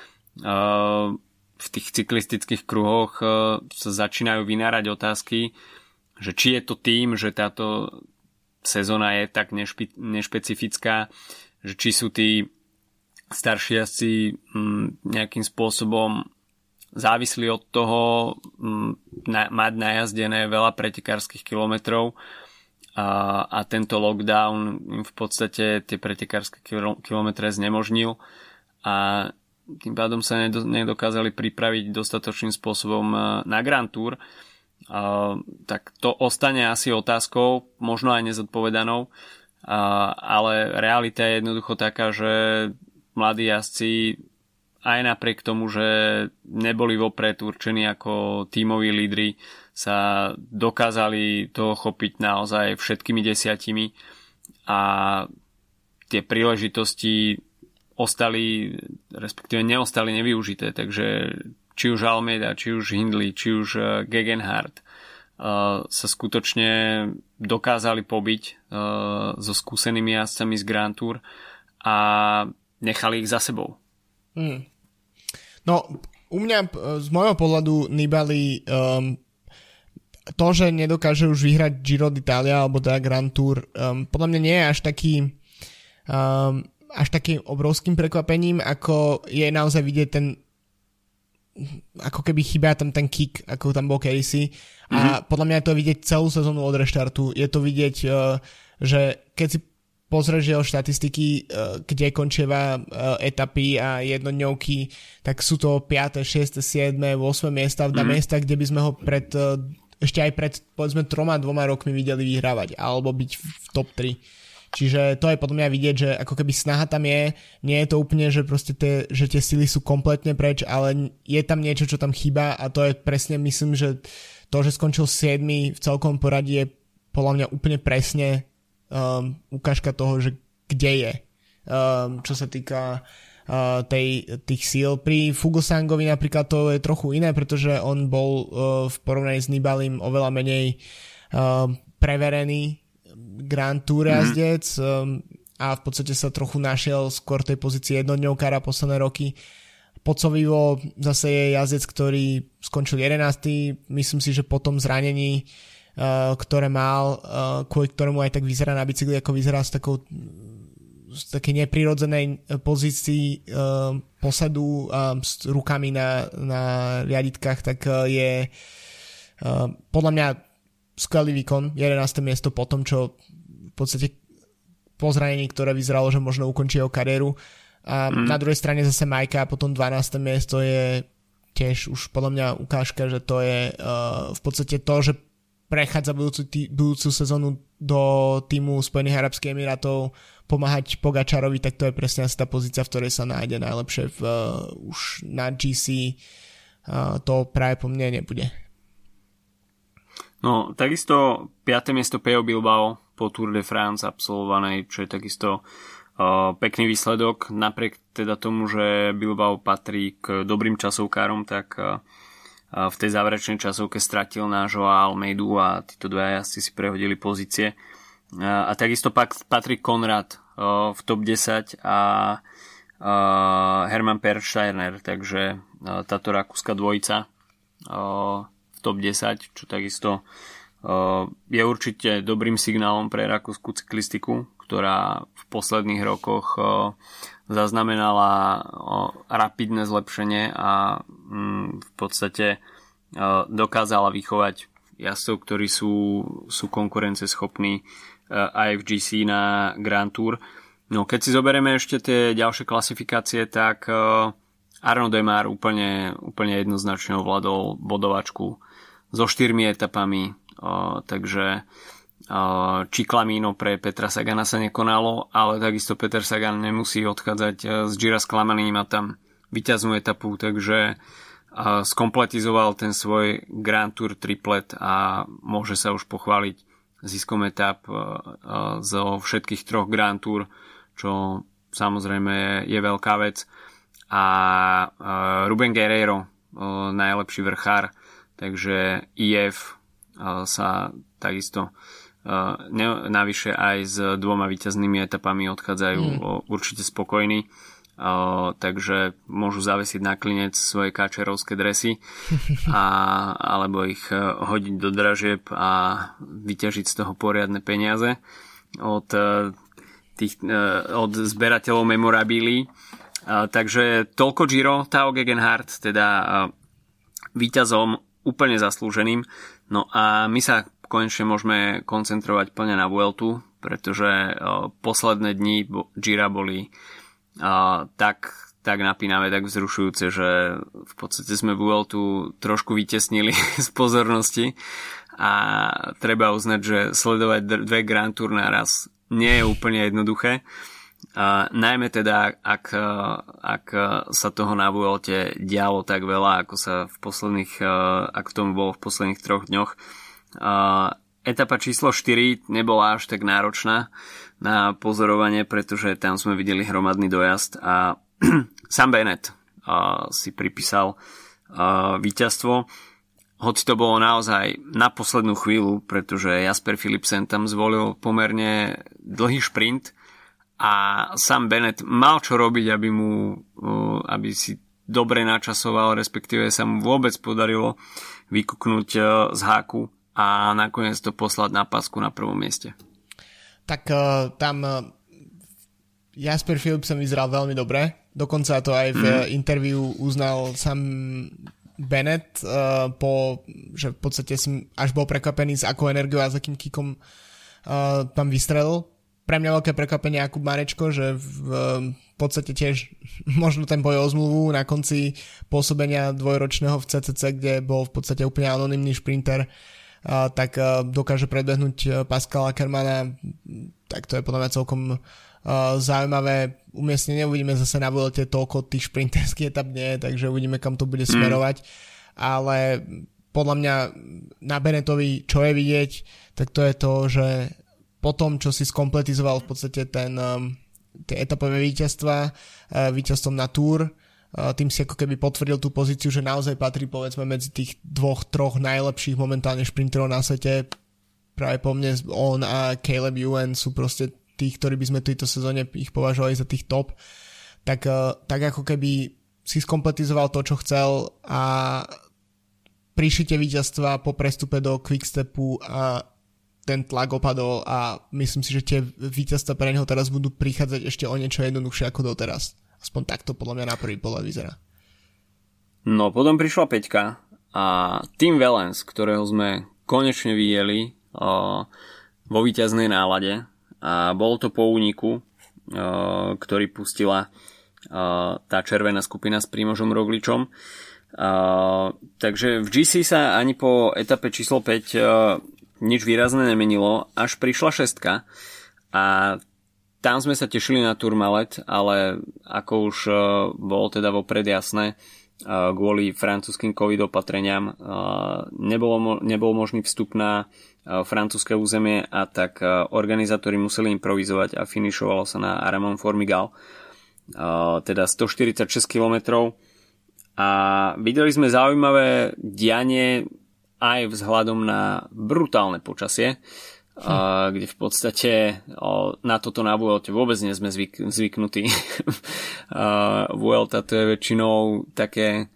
uh, v tých cyklistických kruhoch uh, sa začínajú vynárať otázky, že či je to tým, že táto sezóna je tak nešpe, nešpecifická, že či sú tí starší jazdci nejakým spôsobom závislí od toho na, mať najazdené veľa pretekárskych kilometrov a, a tento lockdown im v podstate tie pretekárske kilometre znemožnil a tým pádom sa nedokázali pripraviť dostatočným spôsobom na Grand Tour. A, tak to ostane asi otázkou, možno aj nezodpovedanou, a, ale realita je jednoducho taká, že mladí jazdci aj napriek tomu, že neboli vopred určení ako tímoví lídri, sa dokázali toho chopiť naozaj všetkými desiatimi a tie príležitosti ostali, respektíve neostali nevyužité, takže či už Almeida, či už Hindley, či už Gegenhardt uh, sa skutočne dokázali pobiť uh, so skúsenými jazdcami z Grand Tour a nechali ich za sebou. Hmm. No, u mňa, z môjho pohľadu, Nibali um, to, že nedokáže už vyhrať Giro d'Italia alebo teda Grand Tour, um, podľa mňa nie je až taký um, až takým obrovským prekvapením, ako je naozaj vidieť ten ako keby chýba tam ten kick, ako tam bol kedysi. Mm-hmm. A podľa mňa je to vidieť celú sezónu od reštartu. Je to vidieť, uh, že keď si pozrieš jeho štatistiky, kde končieva etapy a jednodňovky, tak sú to piate, šieste, siedme, ôsme miesta, na mm. miesta, kde by sme ho pred, ešte aj pred povedzme troma, dvoma rokmi videli vyhrávať, alebo byť v top tri. Čiže to je podľa mňa vidieť, že ako keby snaha tam je, nie je to úplne, že proste tie, že tie sily sú kompletne preč, ale je tam niečo, čo tam chýba a to je presne, myslím, že to, že skončil siedmy v celkom poradí je podľa mňa úplne presne Um, ukážka toho, že kde je, um, čo sa týka uh, tej, tých síl. Pri Fuglsangovi napríklad to je trochu iné, pretože on bol uh, v porovnaní s Nibalim oveľa menej uh, preverený Grand Tour jazdec mm. um, a v podstate sa trochu našiel skôr tej pozícii jednodňovkára posledné roky. Pozzovivo zase je jazdec, ktorý skončil jedenásty. Myslím si, že po tom zranení Uh, ktoré mal, uh, kvôli ktorému aj tak vyzerá na bicykli, ako vyzerá z takou z takej neprirodzenej pozícii uh, posadu uh, s rukami na, na riaditkách, tak uh, je uh, podľa mňa skvelý výkon, jedenáste miesto po tom, čo v podstate po zranení, ktoré vyzeralo, že možno ukončí jeho kariéru. A mm. na druhej strane zase Majka a potom dvanáste miesto je tiež už podľa mňa ukážka, že to je uh, v podstate to, že prechádza budúcu, tý, budúcu sezónu do týmu Spojených arabských emirátov pomáhať Pogačarovi, tak to je presne asi tá pozícia, v ktorej sa nájde najlepšie v, uh, už na gé cé to práve po mne nebude. No, takisto piate miesto Peyo Bilbao po Tour de France absolvovanej, čo je takisto uh, pekný výsledok. Napriek teda tomu, že Bilbao patrí k dobrým časovkárom, tak uh, v tej záverečnej časovke stratil nášho Almeidu a títo dva jazdci si prehodili pozície. Uh, a takisto patrí Konrad uh, v top desať a uh, Hermann Persteiner, takže uh, táto rakúska dvojica uh, top desať, čo takisto uh, je určite dobrým signálom pre rakúsku cyklistiku, ktorá v posledných rokoch uh, zaznamenala uh, rapidné zlepšenie a um, v podstate uh, dokázala vychovať jazdcov, ktorí sú, sú konkurenceschopní uh, aj v gé cé na Grand Tour. No, keď si zoberieme ešte tie ďalšie klasifikácie, tak uh, Arnaud Démare úplne, úplne jednoznačne ovládol bodovačku so štyrmi etapami, o, takže o, Ciclamino pre Petra Sagana sa nekonalo, ale takisto Peter Sagan nemusí odchádzať z Gira sklamaným, má tam víťaznú etapu, takže o, skompletizoval ten svoj Grand Tour triplet a môže sa už pochváliť ziskom etap o, o, zo všetkých troch Grand Tour, čo samozrejme je, je veľká vec. A o, Ruben Guerreiro, o, najlepší vrchár, takže í ef uh, sa takisto uh, ne, navyše aj s dvoma víťaznými etapami odchádzajú mm. uh, určite spokojní, uh, takže môžu zavesiť na klinec svoje káčerovské dresy a, alebo ich uh, hodiť do dražieb a vyťažiť z toho poriadne peniaze od, uh, tých, uh, od zberateľov memorabilií. Uh, takže toľko Giro, Tao Gegenhardt teda uh, víťazom úplne zaslúženým. No a my sa konečne môžeme koncentrovať plne na Vueltu, pretože o, posledné dni Gira boli o, tak, tak napínavé, tak vzrušujúce, že v podstate sme Vueltu trošku vytesnili z pozornosti a treba uznať, že sledovať dve Grand Tour naraz nie je úplne jednoduché. Uh, najmä teda, ak, uh, ak sa toho na Vuelte dialo tak veľa, ako sa v posledných, uh, ako tomu bolo v posledných troch dňoch. Uh, etapa číslo štyri nebola až tak náročná na pozorovanie, pretože tam sme videli hromadný dojazd a Sam Bennett uh, si pripísal uh, víťazstvo. Hoci to bolo naozaj na poslednú chvíľu, pretože Jasper Philipsen tam zvolil pomerne dlhý šprint a Sam Bennett mal čo robiť, aby mu aby si dobre načasoval, respektíve sa mu vôbec podarilo vykuknúť z háku a nakoniec to poslať na pasku na prvom mieste. Tak uh, tam uh, Jasper Philipsen vyzeral veľmi dobre, dokonca to aj v mm. interviu uznal Sam Bennett, uh, po, že v podstate som až bol prekvapený s akou energiou a s akým kikom uh, tam vystrelil. Pre mňa veľké prekvapenie Jakub Marečko, že v, v podstate tiež možno ten boj o zmluvu na konci pôsobenia dvojročného v cé cé cé, kde bol v podstate úplne anonymný šprinter, a, tak a, dokáže predbehnúť Pascala Ackermana, tak to je podľa mňa celkom a, zaujímavé umiestnenie. Uvidíme zase na Vuelte toľko tých šprinterských etap nie, takže uvidíme, kam to bude smerovať, mm. ale podľa mňa na Bennettovi, čo je vidieť, tak to je to, že po tom, čo si skompletizoval v podstate ten, um, tie etapové víťazstva, uh, víťazstvom na Tour, uh, tým si ako keby potvrdil tú pozíciu, že naozaj patrí povedzme medzi tých dvoch, troch najlepších momentálne šprinterov na svete. Práve po mne on a Caleb Ewan sú proste tí, ktorí by sme v tejto sezóne ich považovali za tých top. Tak, uh, tak ako keby si skompletizoval to, čo chcel a prišli tie víťazstva po prestupe do Quickstepu a ten tlak opadol a myslím si, že tie víťazstva pre neho teraz budú prichádzať ešte o niečo jednoduchšie ako doteraz. Aspoň takto podľa mňa na prvý pohľad vyzerá. No potom prišla Peťka a Tim Wellens, ktorého sme konečne videli o, vo víťaznej nálade a bolo to po úniku, o, ktorý pustila o, tá červená skupina s Primožom Rogličom. O, takže v gé cé sa ani po etape číslo päť o, nič výrazné nemenilo, až prišla šestka a tam sme sa tešili na Tourmalet, ale ako už uh, bolo teda vopred jasné, kvôli francúzským covid opatreniam. Nebolo, nebol možný vstup na francúzske územie a tak organizátori museli improvizovať a finišovalo sa na Aramon Formigal, teda stoštyridsaťšesť kilometrov. A videli sme zaujímavé dianie aj vzhľadom na brutálne počasie, hm. kde v podstate na toto na Vuelte vôbec nie sme zvyk, zvyknutí. Vuelta to je väčšinou také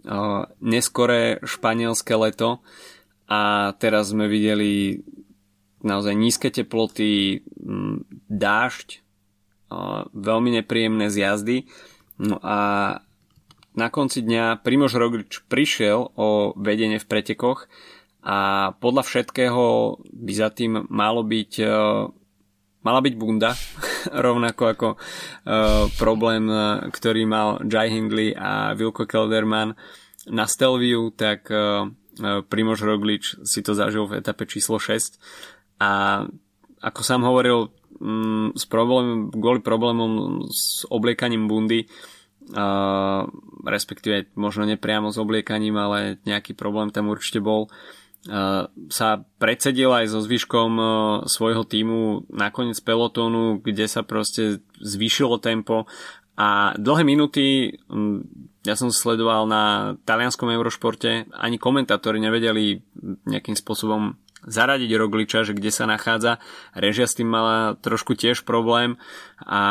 neskoré španielské leto a teraz sme videli naozaj nízke teploty, dážď, veľmi nepríjemné zjazdy. No a na konci dňa Primož Roglič prišiel o vedenie v pretekoch a podľa všetkého by za tým malo byť mala byť bunda, rovnako ako uh, problém, ktorý mal Jai Hindley a Wilco Kelderman na Stelviu, tak uh, Primož Roglič si to zažil v etape číslo šesť a ako sám hovoril, um, s problém, kvôli problémom s obliekaním bundy, uh, respektíve možno nepriamo s obliekaním, ale nejaký problém tam určite bol, Uh, sa predsedil aj so zvyškom uh, svojho tímu na koniec pelotónu, kde sa proste zvýšilo tempo a dlhé minúty, um, ja som sledoval na talianskom Eurošporte, ani komentátori nevedeli nejakým spôsobom zaradiť Rogliča, že kde sa nachádza. Režia s tým mala trošku tiež problém a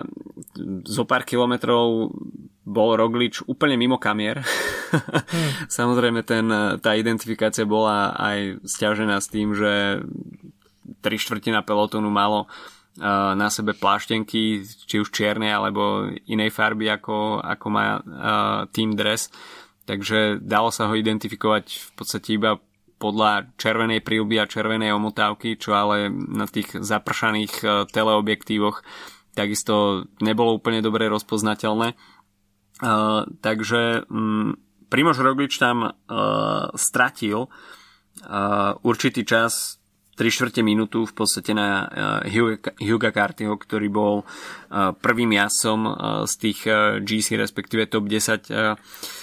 zo pár kilometrov bol Roglič úplne mimo kamier. Hmm. Samozrejme ten, tá identifikácia bola aj sťažená s tým, že tri štvrtina pelotónu malo uh, na sebe pláštenky, či už čiernej alebo inej farby ako, ako má uh, team dress. Takže dalo sa ho identifikovať v podstate iba podľa červenej príľby a červenej omotávky, čo ale na tých zapršaných uh, teleobjektívoch takisto nebolo úplne dobre rozpoznateľné. Uh, takže um, Primož Roglič tam uh, stratil uh, určitý čas, tri štvrte minútu v podstate na uh, Huga, Huga Cartyho, ktorý bol uh, prvým jazdcom uh, z tých uh, gé cé, respektíve top desať uh, uh,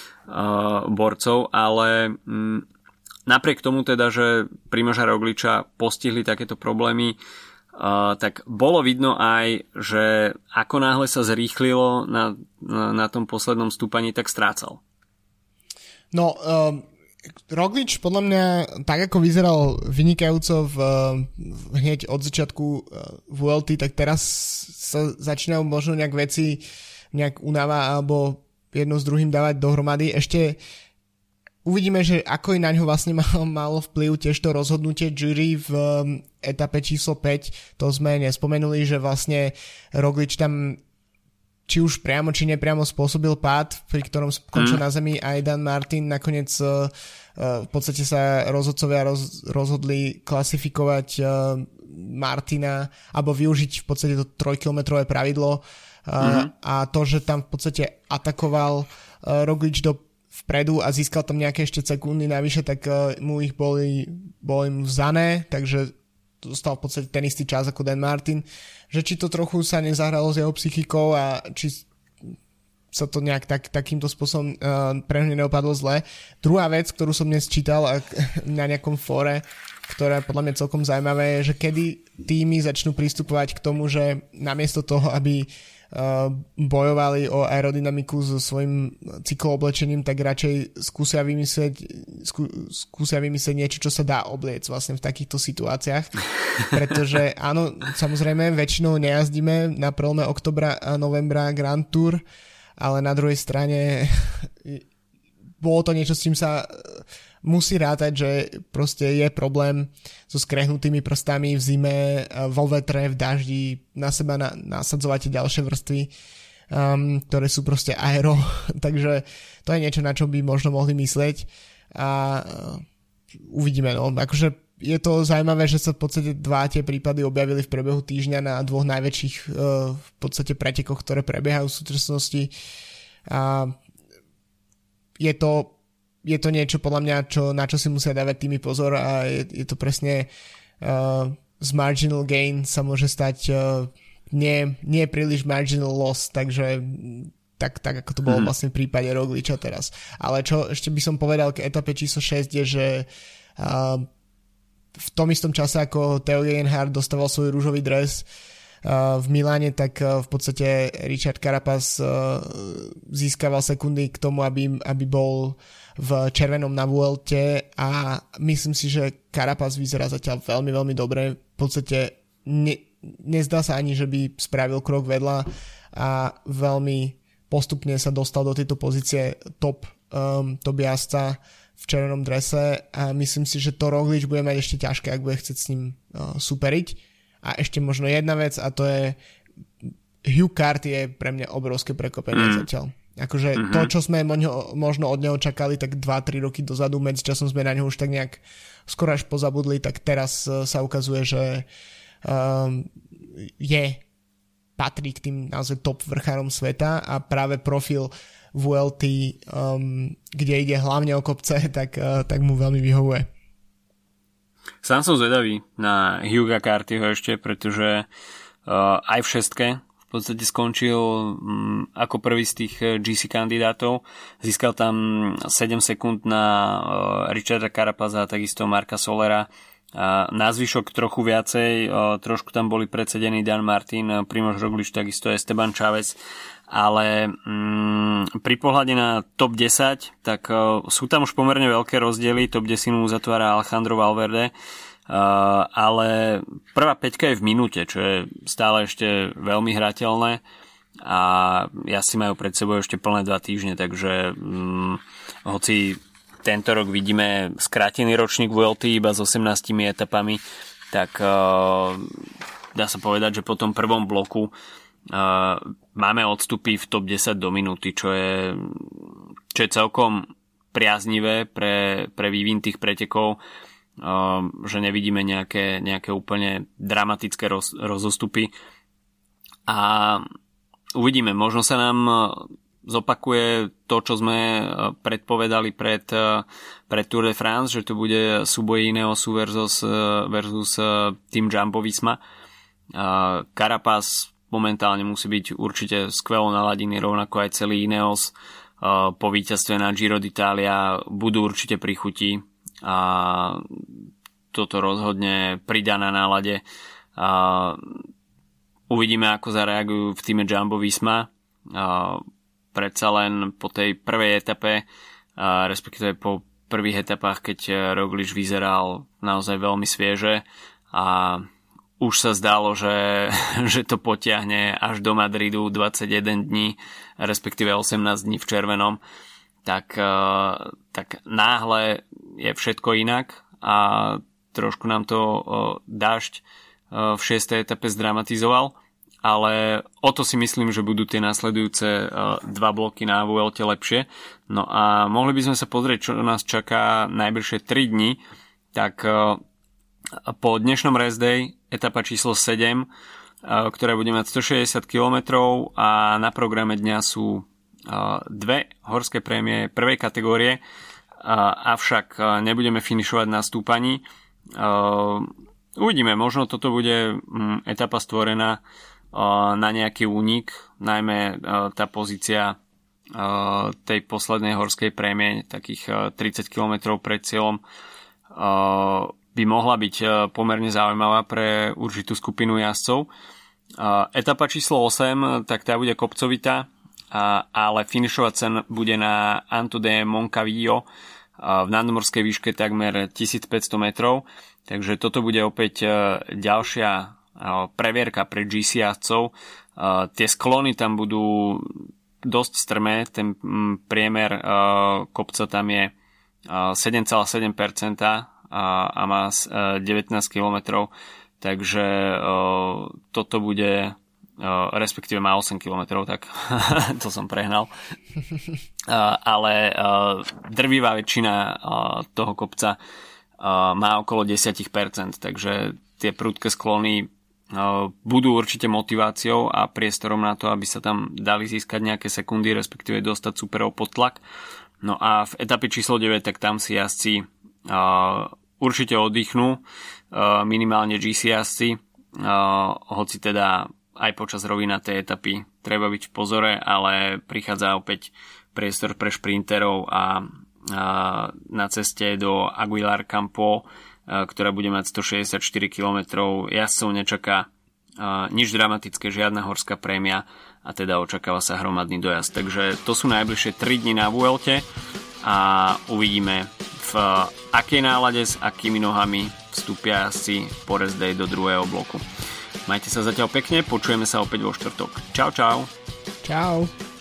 borcov, ale um, napriek tomu teda, že Primoža Rogliča postihli takéto problémy, Uh, tak bolo vidno aj, že ako náhle sa zrýchlilo na, na, na tom poslednom stúpaní, tak strácal. No, uh, Roglič podľa mňa, tak ako vyzeral vynikajúco v, hneď od začiatku uh, Vuelty, tak teraz sa začínajú možno nejak veci nejak unáva alebo jedno s druhým dávať dohromady. Ešte uvidíme, že ako i na ňo vlastne malo, malo vplyv tiež to rozhodnutie jury v um, etape číslo päť. To sme nespomenuli, že vlastne Roglič tam či už priamo, či nepriamo spôsobil pád, pri ktorom skončil mm. na zemi aj Dan Martin. Nakoniec uh, uh, v podstate sa rozhodcovia roz, rozhodli klasifikovať uh, Martina alebo využiť v podstate to trojkilometrové pravidlo uh, mm. a to, že tam v podstate atakoval uh, Roglič do vpredu a získal tam nejaké ešte sekundy navyše, tak uh, mu ich boli, boli mu vzané, takže dostal v podstate ten istý čas ako Dan Martin, že či to trochu sa nezahralo s jeho psychikou a či sa to nejak tak, takýmto spôsobom uh, pre mňa neopadlo zle. Druhá vec, ktorú som dnes čítal ak, na nejakom fóre, ktorá je podľa mňa celkom zaujímavé, je, že kedy týmy začnú pristupovať k tomu, že namiesto toho, aby bojovali o aerodynamiku so svojím cyklooblečením, tak radšej skúsia vymyslieť, skú, skúsia vymyslieť niečo, čo sa dá obliecť vlastne v takýchto situáciách. Pretože áno, samozrejme, väčšinou nejazdíme na prelome oktobra a novembra Grand Tour, ale na druhej strane bolo to niečo, s čím sa musí rátať, že proste je problém so skrehnutými prstami v zime, vo vetre, v daždi, na seba na, nasadzovate ďalšie vrstvy, um, ktoré sú proste aero, takže to je niečo, na čo by možno mohli myslieť a uh, uvidíme, no, akože je to zaujímavé, že sa v podstate dva tie prípady objavili v priebehu týždňa na dvoch najväčších uh, v podstate pretekoch, ktoré prebiehajú v súčasnosti a je to je to niečo podľa mňa, čo, na čo si musia dávať tými pozor a je, je to presne uh, z marginal gain sa môže stať uh, nie, nie príliš marginal loss, takže tak, tak ako to bolo vlastne v prípade Rogliča teraz. Ale čo ešte by som povedal k etape číslo šesť je, že uh, v tom istom čase, ako Theo Gegenhardt dostával svoj rúžový dres uh, v Miláne, tak uh, v podstate Richard Carapaz uh, získaval sekundy k tomu, aby, aby bol v červenom na Vuelte a myslím si, že Carapaz vyzerá zatiaľ veľmi, veľmi dobre. V podstate ne, nezdá sa ani, že by spravil krok vedľa a veľmi postupne sa dostal do tejto pozície top, um, top jazdca v červenom drese a myslím si, že to Roglič bude mať ešte ťažké, ak bude chcieť s ním uh, superiť. A ešte možno jedna vec a to je Hugh Carty je pre mňa obrovské prekvapenie mm. zatiaľ. Akože mm-hmm. to, čo sme možno od neho čakali tak dva tri roky dozadu, medzičasom sme na neho už tak nejak skoro až pozabudli, tak teraz uh, sa ukazuje, že um, je patrí k tým naozaj top vrchárom sveta a práve profil V L T, um, kde ide hlavne o kopce, tak, uh, tak mu veľmi vyhovuje. Sám som zvedavý na Hugha Cartyho ešte, pretože uh, aj v šestke v podstate skončil um, ako prvý z tých G C kandidátov. Získal tam sedem sekúnd na uh, Richarda Carapaza a takisto Marka Solera. A na zvyšok trochu viacej, uh, trošku tam boli predsedení Dan Martin, Primož Roglič, takisto Esteban Chávez. Ale mm, pri pohľade na top desať, tak uh, sú tam už pomerne veľké rozdiely. Top desať uzatvára Alejandro Valverde, uh, ale prvá päťka je v minúte, čo je stále ešte veľmi hrateľné a jazdci majú pred sebou ešte plné dva týždne, takže um, hoci tento rok vidíme skrátený ročník V L T iba s osemnástimi etapami, tak uh, dá sa povedať, že po tom prvom bloku Uh, máme odstupy v top desať do minúty, čo je, čo je celkom priaznivé pre, pre vývin tých pretekov, uh, že nevidíme nejaké, nejaké úplne dramatické roz, rozostupy a uvidíme, možno sa nám zopakuje to, čo sme predpovedali pred, pred Tour de France, že to bude súboj Ineosu versus, versus Team Jumbo Visma. uh, Carapaz momentálne musí byť určite skvelo naladený, rovnako aj celý Ineos. Po víťazstve na Giro d'Italia budú určite pri chuti a toto rozhodne pridá na nálade. Uvidíme, ako zareagujú v týme Jumbo Visma. Predsa len po tej prvej etape, respektíve po prvých etapách, keď Roglič vyzeral naozaj veľmi svieže a už sa zdalo, že, že to potiahne až do Madridu dvadsaťjeden dní, respektíve osemnásť dní v červenom, tak, tak náhle je všetko inak a trošku nám to dážď v šiestej etape zdramatizoval, ale o to si myslím, že budú tie nasledujúce dva bloky na Vuelte lepšie. No a mohli by sme sa pozrieť, čo nás čaká najbližšie tri dni, tak po dnešnom rest day etapa číslo sedem, ktorá bude mať stošesťdesiat kilometrov a na programe dňa sú dve horské prémie prvej kategórie, avšak nebudeme finišovať na stúpaní. Uvidíme, možno toto bude etapa stvorená na nejaký únik, najmä tá pozícia tej poslednej horskej prémie, takých tridsať kilometrov pred cieľom, by mohla byť pomerne zaujímavá pre určitú skupinu jazdcov. Etapa číslo osem, tak tá bude kopcovitá, ale finišovať sa bude na Alto de Moncavillo v nadmorskej výške takmer tisícpäťsto metrov, takže toto bude opäť ďalšia previerka pre gé cé jazdcov. Tie sklony tam budú dosť strmé, ten priemer kopca tam je sedem celá sedem percenta a má devätnásť kilometrov, takže toto bude, respektíve má osem kilometrov, tak to som prehnal, ale drvivá väčšina toho kopca má okolo desať percent, takže tie prudké sklony budú určite motiváciou a priestorom na to, aby sa tam dali získať nejaké sekundy, respektíve dostať superov pod tlak. No a v etape číslo deväť, tak tam si jazdci určite oddychnú, minimálne gé cé jazdci, hoci teda aj počas rovinatej etapy treba byť v pozore, ale prichádza opäť priestor pre šprinterov a, a na ceste do Aguilar Campo, ktorá bude mať stošesťdesiatštyri kilometrov, jazdcov nečaká nič dramatické, žiadna horská prémia a teda očakáva sa hromadný dojazd. Takže to sú najbližšie tri dni na Vuelte a uvidíme, v akej nálade, s akými nohami vstúpia jazdci po rest day do druhého bloku. Majte sa zatiaľ pekne, počujeme sa opäť vo štvrtok. Čau, čau. Čau.